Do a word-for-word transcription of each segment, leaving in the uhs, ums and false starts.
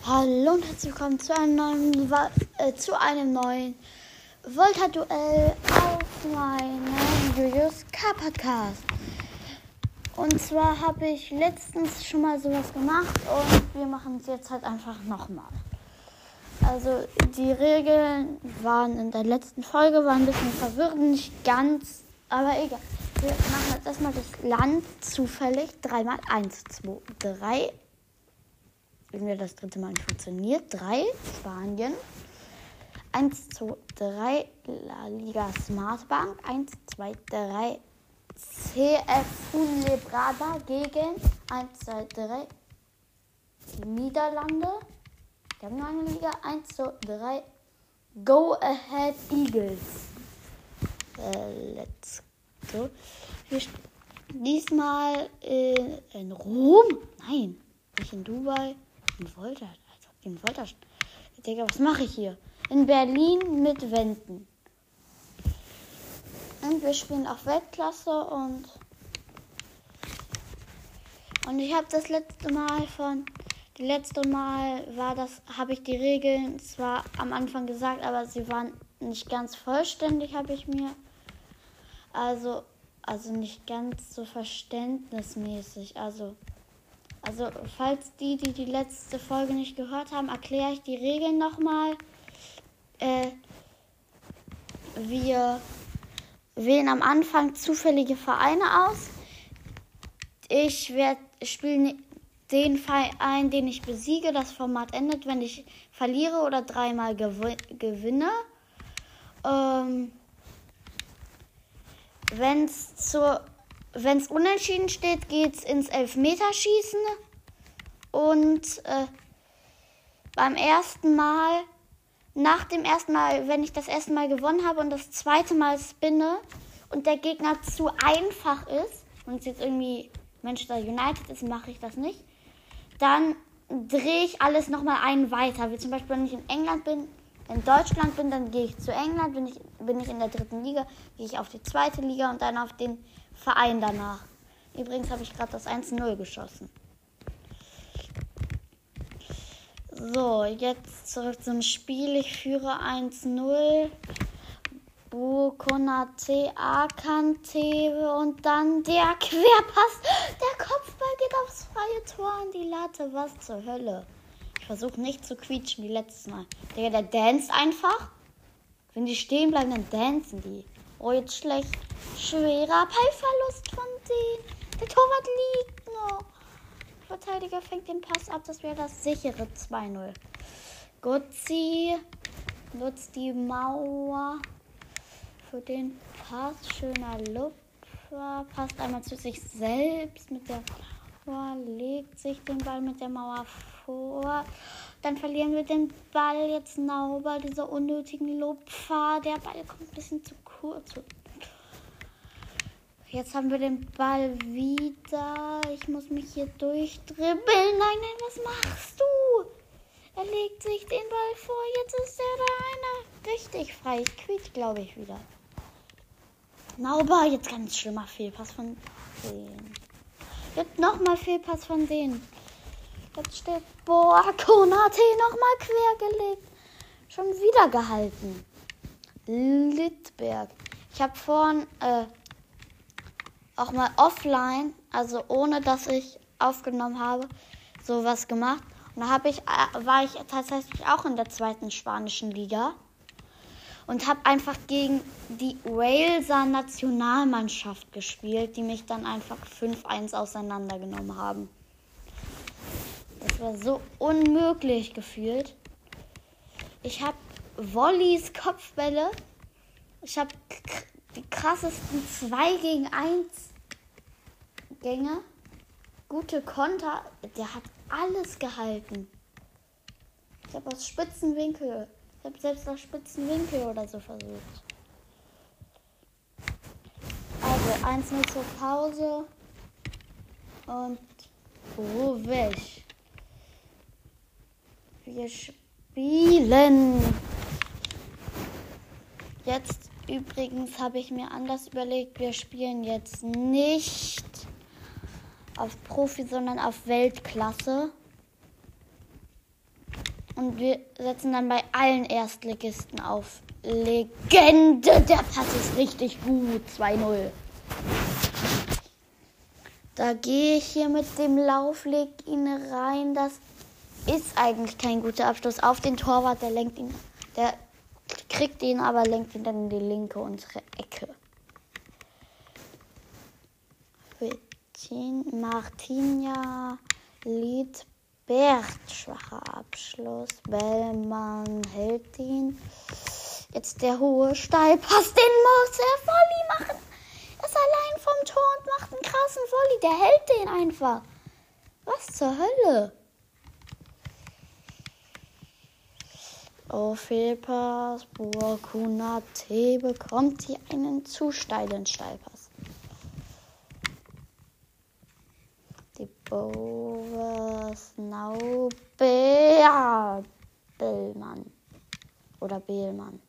Hallo und herzlich willkommen zu einem neuen, äh, zu einem neuen Volta-Duell auf meinem Julius K-Podcast. Und zwar habe ich letztens schon mal sowas gemacht und wir machen es jetzt halt einfach nochmal. Also die Regeln waren in der letzten Folge waren ein bisschen verwirrend, nicht ganz, aber egal. Wir machen jetzt erstmal das Land zufällig dreimal. Eins, zwei, drei. Irgendwie das dritte Mal nicht funktioniert. drei, Spanien. eins, zwei, drei, La Liga Smartbank. eins, zwei, drei, C F Fuenlabrada gegen eins, zwei, drei, die Niederlande. Die haben nur eine Liga. eins, zwei, drei, Go Ahead Eagles. Äh, let's go. Wir sp- diesmal in, in Rom? Nein, nicht in Dubai. In Volta. Also in Volta. Digga, was mache ich hier? In Berlin mit Wenden. Und wir spielen auf Weltklasse und und ich habe das letzte Mal von die letzte Mal war das habe ich die Regeln zwar am Anfang gesagt, aber sie waren nicht ganz vollständig, habe ich mir also also nicht ganz so verständnismäßig, also Also, falls die, die die letzte Folge nicht gehört haben, erkläre ich die Regeln nochmal. Äh, wir wählen am Anfang zufällige Vereine aus. Ich werde spielen den Verein, den ich besiege. Das Format endet, wenn ich verliere oder dreimal gew- gewinne. Ähm, wenn es zur Wenn es unentschieden steht, geht es ins Elfmeterschießen. Und äh, beim ersten Mal, nach dem ersten Mal, wenn ich das erste Mal gewonnen habe und das zweite Mal spinne und der Gegner zu einfach ist, und es jetzt irgendwie Manchester United ist, mache ich das nicht, dann drehe ich alles nochmal einen weiter. Wie zum Beispiel, wenn ich in England bin, in Deutschland bin, dann gehe ich zu England. Bin ich, bin ich in der dritten Liga, gehe ich auf die zweite Liga und dann auf den Verein danach. Übrigens habe ich gerade das eins null geschossen. So, jetzt zurück zum Spiel. Ich führe eins null. Bukonate, Akante und dann der Querpass. Der Kopfball geht aufs freie Tor an die Latte. Was zur Hölle? Ich versuche nicht zu quietschen wie letztes Mal. Digga, der danst einfach. Wenn die stehen bleiben, dann dancen die. Oh, jetzt schlecht. Schwerer Ballverlust von denen. Der Torwart liegt noch. Der Verteidiger fängt den Pass ab. Das wäre das sichere zwei null. Gutzi nutzt die Mauer für den Pass. Schöner Lupfer. Passt einmal zu sich selbst mit der Mauer. Legt sich den Ball mit der Mauer vor. Dann verlieren wir den Ball jetzt Nauber, dieser unnötigen Lupfer. Der Ball kommt ein bisschen zu kurz. Jetzt haben wir den Ball wieder. Ich muss mich hier durchdribbeln. Nein, nein, was machst du? Er legt sich den Ball vor. Jetzt ist er da einer richtig frei. Ich quietsch, glaube ich, wieder. Nauber, jetzt ganz schlimmer Fehlpass von denen. Jetzt nochmal Fehlpass von denen. Jetzt steht, boah, Konate nochmal quergelegt. Schon wieder gehalten. Littberg. Ich habe vorhin äh, auch mal offline, also ohne dass ich aufgenommen habe, sowas gemacht. Und da habe ich, äh, war ich tatsächlich auch in der zweiten spanischen Liga und habe einfach gegen die Waleser Nationalmannschaft gespielt, die mich dann einfach fünf eins auseinandergenommen haben. Das war so unmöglich gefühlt. Ich habe Volleys, Kopfbälle. Ich habe die krassesten zwei gegen eins Gänge. Gute Konter. Der hat alles gehalten. Ich habe aus Spitzenwinkel. Ich habe selbst aus Spitzenwinkel oder so versucht. Also eins null zur Pause. Und ruhig. Wir spielen. Jetzt übrigens habe ich mir anders überlegt, wir spielen jetzt nicht auf Profi, sondern auf Weltklasse. Und wir setzen dann bei allen Erstligisten auf Legende. Der Pass ist richtig gut. zwei null. Da gehe ich hier mit dem Lauf, leg ihn rein. Das ist eigentlich kein guter Abschluss auf den Torwart. Der lenkt ihn, der kriegt ihn, aber lenkt ihn dann in die linke unsere Ecke. Martinia Liedbert, schwacher Abschluss. Bellmann hält ihn. Jetzt der hohe Steilpass, den muss er Volley machen. Er ist allein vom Tor und macht einen krassen Volley. Der hält den einfach. Was zur Hölle? Oh, Fehlpass. Burkunate bekommt hier einen zu steilen Steilpass. Die Bowers Nauber Bellmann. Oder Behlmann.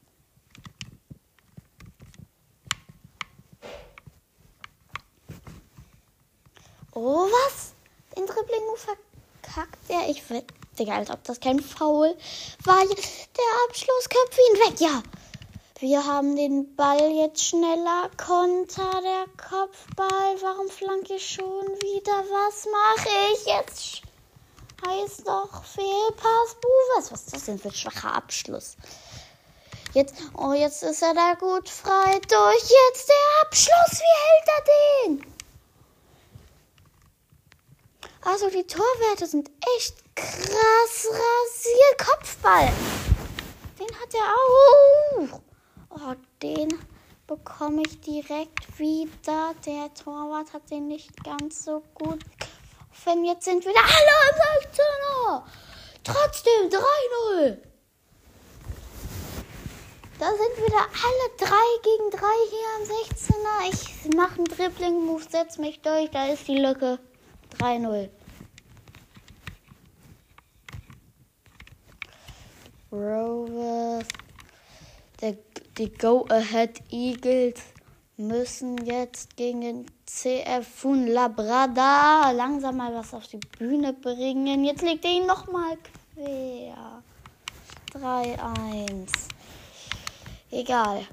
Oh, was? Den Dribbling verkackt er. Ich will, Digga, als ob das kein Foul war. Der Abschluss köpft ihn weg. Ja, wir haben den Ball jetzt schneller. Konter, der Kopfball. Warum flanke ich schon wieder? Was mache ich jetzt? Heißt doch Fehlpass. Buh, was, was ist das denn für ein schwacher Abschluss? Jetzt, oh, jetzt ist er da gut frei durch. Jetzt der Abschluss. Wie hält er den? Also die Torwerte sind echt krass rasiert. Kopfball. Den hat er auch. Oh, den bekomme ich direkt wieder. Der Torwart hat den nicht ganz so gut. Wenn jetzt sind wieder alle im sechzehner. Trotzdem drei null. Da sind wieder alle drei gegen drei hier am sechzehner. Ich mache einen Dribbling-Move, setze mich durch. Da ist die Lücke. drei null. Rovers. Der, die Go-Ahead Eagles müssen jetzt gegen den C F Fuenlabrada langsam mal was auf die Bühne bringen. Jetzt legt er ihn nochmal quer. drei eins. Egal.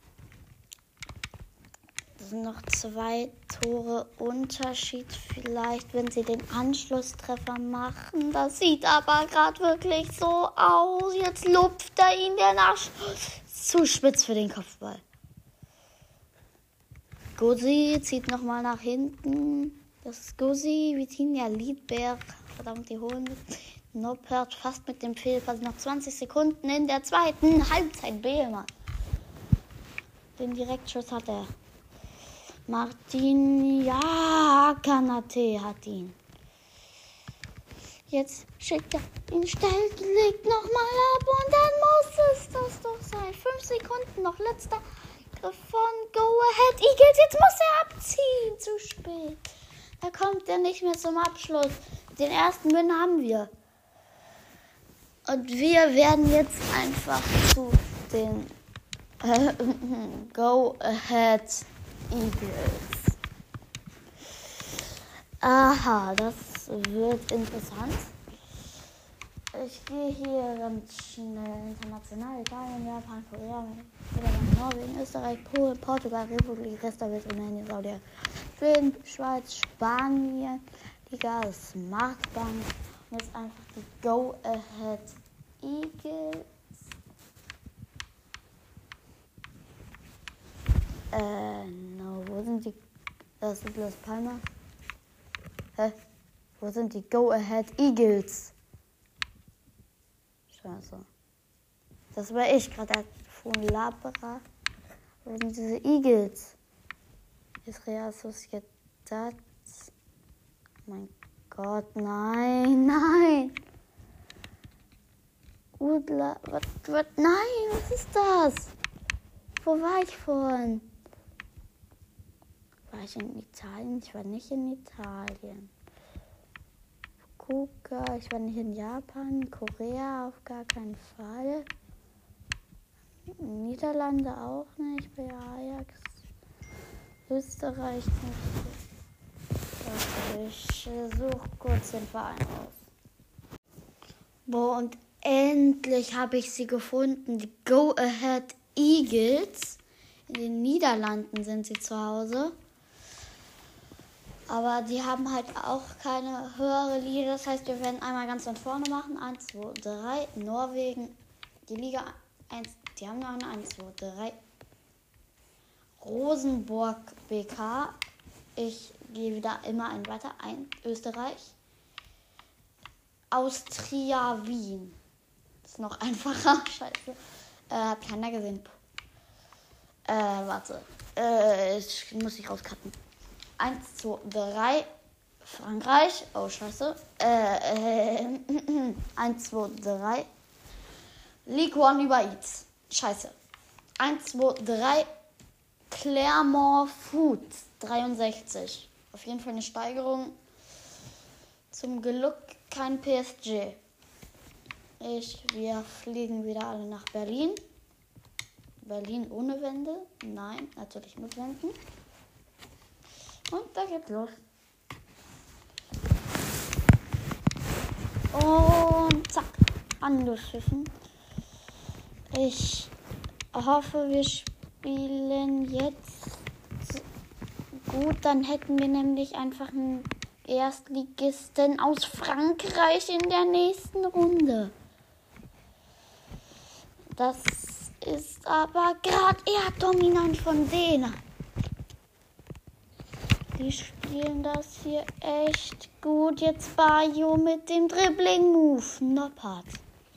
Das sind noch zwei Tore Unterschied vielleicht, wenn sie den Anschlusstreffer machen. Das sieht aber gerade wirklich so aus. Jetzt lupft er ihn, der Nachschuss. Zu spitz für den Kopfball. Gusi zieht nochmal nach hinten. Das ist Gusi, Vitinha Liedberg. Verdammt, die holen Noppert fast mit dem Fehlpass. Noch zwanzig Sekunden in der zweiten Halbzeit. Behlmann. Den Direktschuss hat er. Martin, ja, Kanate hat ihn. Jetzt schickt er ihn, stellt, legt nochmal ab und dann muss es das doch sein. Fünf Sekunden noch, letzter Griff von Go Ahead Eagles. Jetzt muss er abziehen, zu spät. Da kommt er nicht mehr zum Abschluss. Den ersten Win haben wir. Und wir werden jetzt einfach zu den äh, Go Ahead Eagles. Aha, das wird interessant. Ich gehe hier ganz schnell international. Italien, Japan, Korea, Norwegen, Österreich, Polen, Portugal, Republik, Rest der Welt, Rumänien, Saudi-Arabien, Schweden, Schweiz, Spanien, Liga Smartbank. Und jetzt einfach die Go Ahead Eagles. Äh, no, wo sind die? Das ist Las Palmas. Hä? Wo sind die Go Ahead Eagles? Scheiße. Das war ich gerade von Labra. Wo sind diese Eagles? Israel Sociedad. Mein Gott, nein, nein. Udla, was, was, nein, was ist das? Wo war ich vorhin? War ich in Italien? Ich war nicht in Italien. Fukuoka, ich war nicht in Japan. Korea auf gar keinen Fall. Niederlande auch nicht. Bei Ajax. Österreich nicht. Okay, ich suche kurz den Verein aus. Boah, und endlich habe ich sie gefunden. Die Go Ahead Eagles. In den Niederlanden sind sie zu Hause. Aber die haben halt auch keine höhere Liga. Das heißt, wir werden einmal ganz von vorne machen. eins, zwei, drei. Norwegen. Die Liga eins. Die haben noch eine eins, zwei, drei. Rosenborg B K. Ich gehe wieder immer ein weiter. Ein, Österreich. Austria Wien. Das ist noch einfacher. Scheiße. Äh, hab keiner gesehen. Äh, warte. Äh, ich muss ich rauscutten. eins, zwei, drei. Frankreich. Oh, scheiße. Äh, äh, eins, zwei, drei. League One über Eats. Scheiße. eins, zwei, drei. Clermont Foot. dreiundsechzig. Auf jeden Fall eine Steigerung. Zum Glück kein P S G. Ich, wir fliegen wieder alle nach Berlin. Berlin ohne Wände? Nein, natürlich mit Wänden. Und da geht's los. Und zack, angeschissen. Ich hoffe, wir spielen jetzt gut. Dann hätten wir nämlich einfach einen Erstligisten aus Frankreich in der nächsten Runde. Das ist aber gerade eher dominant von denen. Die spielen das hier echt gut. Jetzt Bayo mit dem Dribbling-Move. Noppert.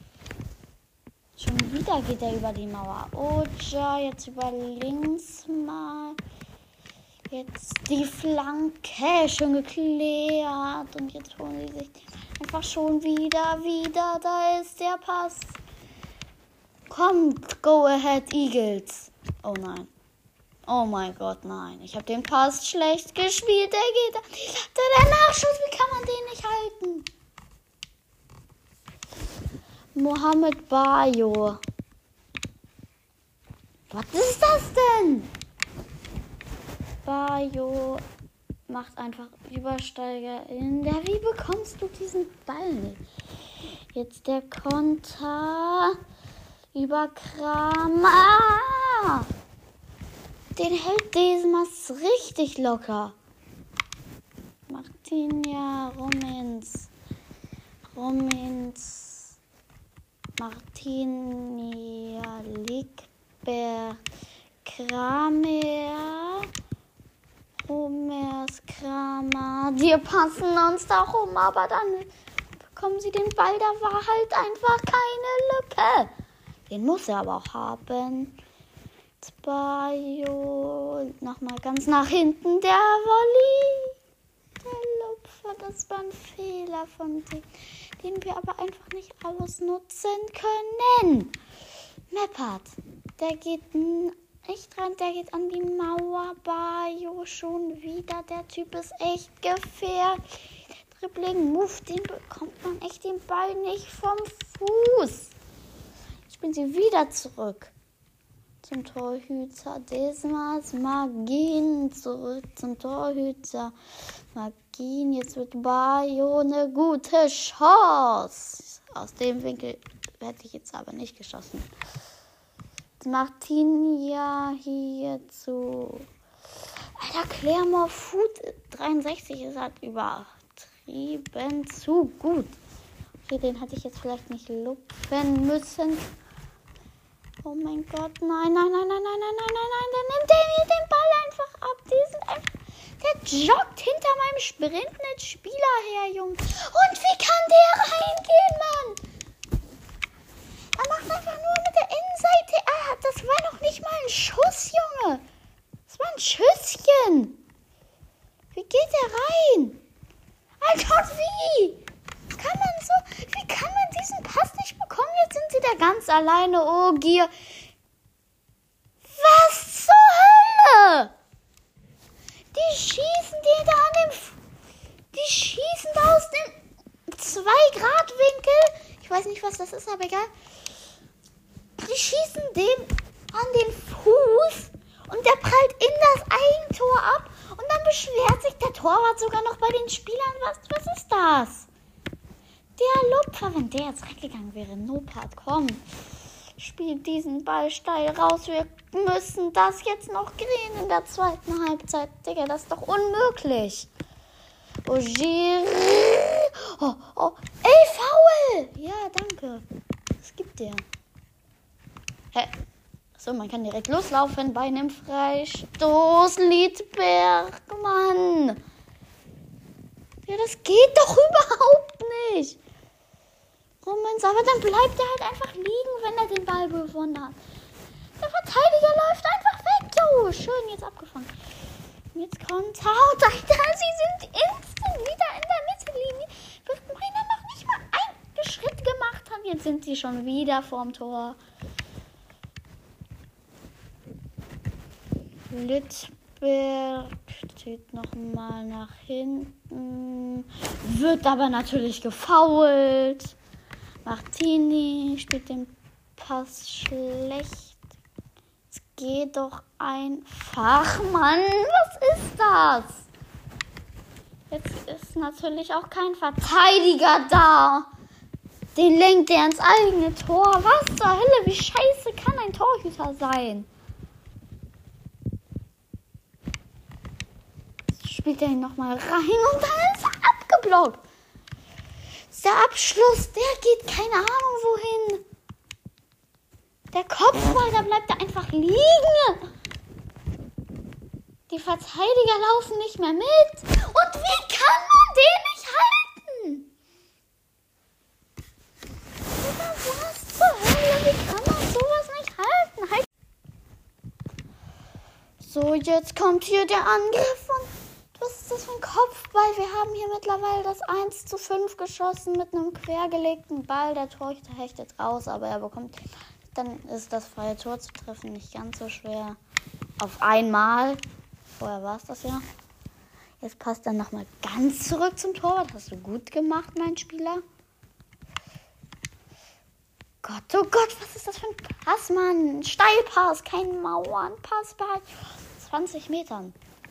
Schon wieder geht er über die Mauer. Oja, jetzt über links mal. Jetzt die Flanke schon geklärt. Und jetzt holen sie sich einfach schon wieder, wieder. Da ist der Pass. Kommt, Go Ahead Eagles. Oh nein. Oh mein Gott, nein. Ich habe den Pass schlecht gespielt. Der geht da. Der Nachschuss, wie kann man den nicht halten? Mohamed Bayo. Was ist das denn? Bayo macht einfach Übersteiger in der. Wie bekommst du diesen Ball nicht? Jetzt der Konter über Kramer. Den hält Desmas richtig locker. Martinia Romens. Romens. Martinia Lickberg. Kramer. Romers Kramer. Die passen uns da rum, aber dann bekommen sie den Ball. Da war halt einfach keine Lücke. Den muss er aber auch haben. Bayo. Nochmal ganz nach hinten. Der Volley. Der Lupfer. Das war ein Fehler von dem, den wir aber einfach nicht ausnutzen können. Meppert. Der geht nicht dran. Der geht an die Mauer. Bayo schon wieder. Der Typ ist echt gefährlich. Dribbling, Move. Den bekommt man echt den Ball nicht vom Fuß. Spielen sie wieder zurück zum Torhüter. Desmas Magin zurück zum Torhüter. Magin, jetzt wird Bayo eine gute Chance. Aus dem Winkel hätte ich jetzt aber nicht geschossen. Martinia hier zu. Alter, Clermont Foot dreiundsechzig ist halt übertrieben zu gut. Okay, den hatte ich jetzt vielleicht nicht lupfen müssen. Oh mein Gott, nein, nein, nein, nein, nein, nein, nein, nein, nein, dann nimmt der mir den Ball einfach ab. Die sind einfach, der joggt hinter meinem sprintenden Spieler her, Junge. Und wie kann der reingehen, Mann? Er macht einfach nur mit der Innenseite. Ah, das war noch nicht mal ein Schuss, Junge. Das war ein Schüsschen. Wie geht der rein? Alter, wie? Kann man so, wie kann man diesen Pass nicht bekommen? Jetzt sind sie da ganz alleine. Oh, Gier. Was zur Hölle? Die schießen die da an dem, die schießen da aus dem zwei Grad Winkel. Ich weiß nicht, was das ist, aber egal. Die schießen dem an den Fuß und der prallt in das Eigentor ab. Und dann beschwert sich der Torwart sogar noch bei den Spielern. Was, was ist das? Der Lupfer, wenn der jetzt weggegangen wäre. Nopat, komm. Spiel diesen Ball steil raus. Wir müssen das jetzt noch kriegen in der zweiten Halbzeit. Digga, das ist doch unmöglich. Oh, Giri. Oh, oh. Ey, Foul. Ja, danke. Was gibt der? Hä? So, man kann direkt loslaufen bei einem Freistoß. Liedberg, Mann. Ja, das geht doch überhaupt nicht. Romans, aber dann bleibt er halt einfach liegen, wenn er den Ball gewonnen hat. Der Verteidiger läuft einfach weg. Jo, schön, jetzt abgefangen. Jetzt kommt Haut. Alter, sie sind instant wieder in der Mittellinie. Bis meiner noch nicht mal einen Schritt gemacht hat. Jetzt sind sie schon wieder vorm Tor. Littberg steht nochmal nach hinten. Wird aber natürlich gefoult. Martini spielt den Pass schlecht. Es geht doch einfach, Mann. Was ist das? Jetzt ist natürlich auch kein Verteidiger da. Den lenkt er ins eigene Tor. Was zur Hölle? Wie scheiße kann ein Torhüter sein? Jetzt spielt er ihn nochmal rein und dann ist er abgeblockt. Der Abschluss, der geht keine Ahnung wohin. Der Kopfball, da bleibt er einfach liegen. Die Verteidiger laufen nicht mehr mit. Und wie kann man den nicht halten? Oder was zur Hölle? Wie kann man sowas nicht halten? Halt. So, jetzt kommt hier der Angriff und was ist das für ein Kopfball? Wir haben hier mittlerweile das eins zu fünf geschossen mit einem quergelegten Ball. Der Torhüter hechtet raus, aber er bekommt... Dann ist das freie Tor zu treffen nicht ganz so schwer. Auf einmal. Vorher war es das ja. Jetzt passt dann nochmal ganz zurück zum Tor. Das hast du gut gemacht, mein Spieler. Gott, oh Gott, was ist das für ein Pass, Mann? Ein Steilpass, kein Mauernpass bei zwanzig Metern.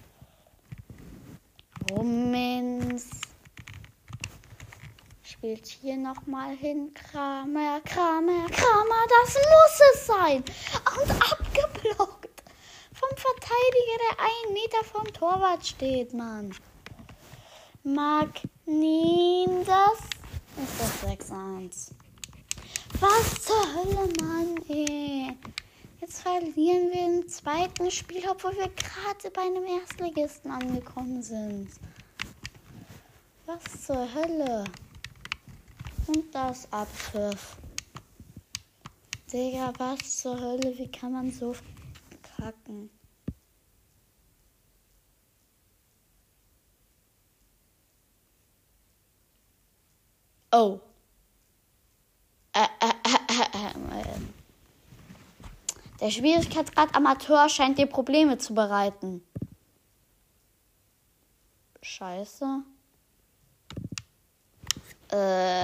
Romans spielt hier nochmal hin. Kramer, Kramer, Kramer, das muss es sein. Und abgeblockt vom Verteidiger, der einen Meter vom Torwart steht, Mann. Magnin, das ist das sechs eins. Was zur Hölle, Mann, ey. Jetzt verlieren wir im zweiten Spiel, obwohl wir gerade bei einem Erstligisten angekommen sind. Was zur Hölle? Und das Abpfiff. Digga, was zur Hölle? Wie kann man so kacken? Oh. Äh, äh, äh, äh, äh. Der Schwierigkeitsgrad Amateur scheint dir Probleme zu bereiten. Scheiße. Äh.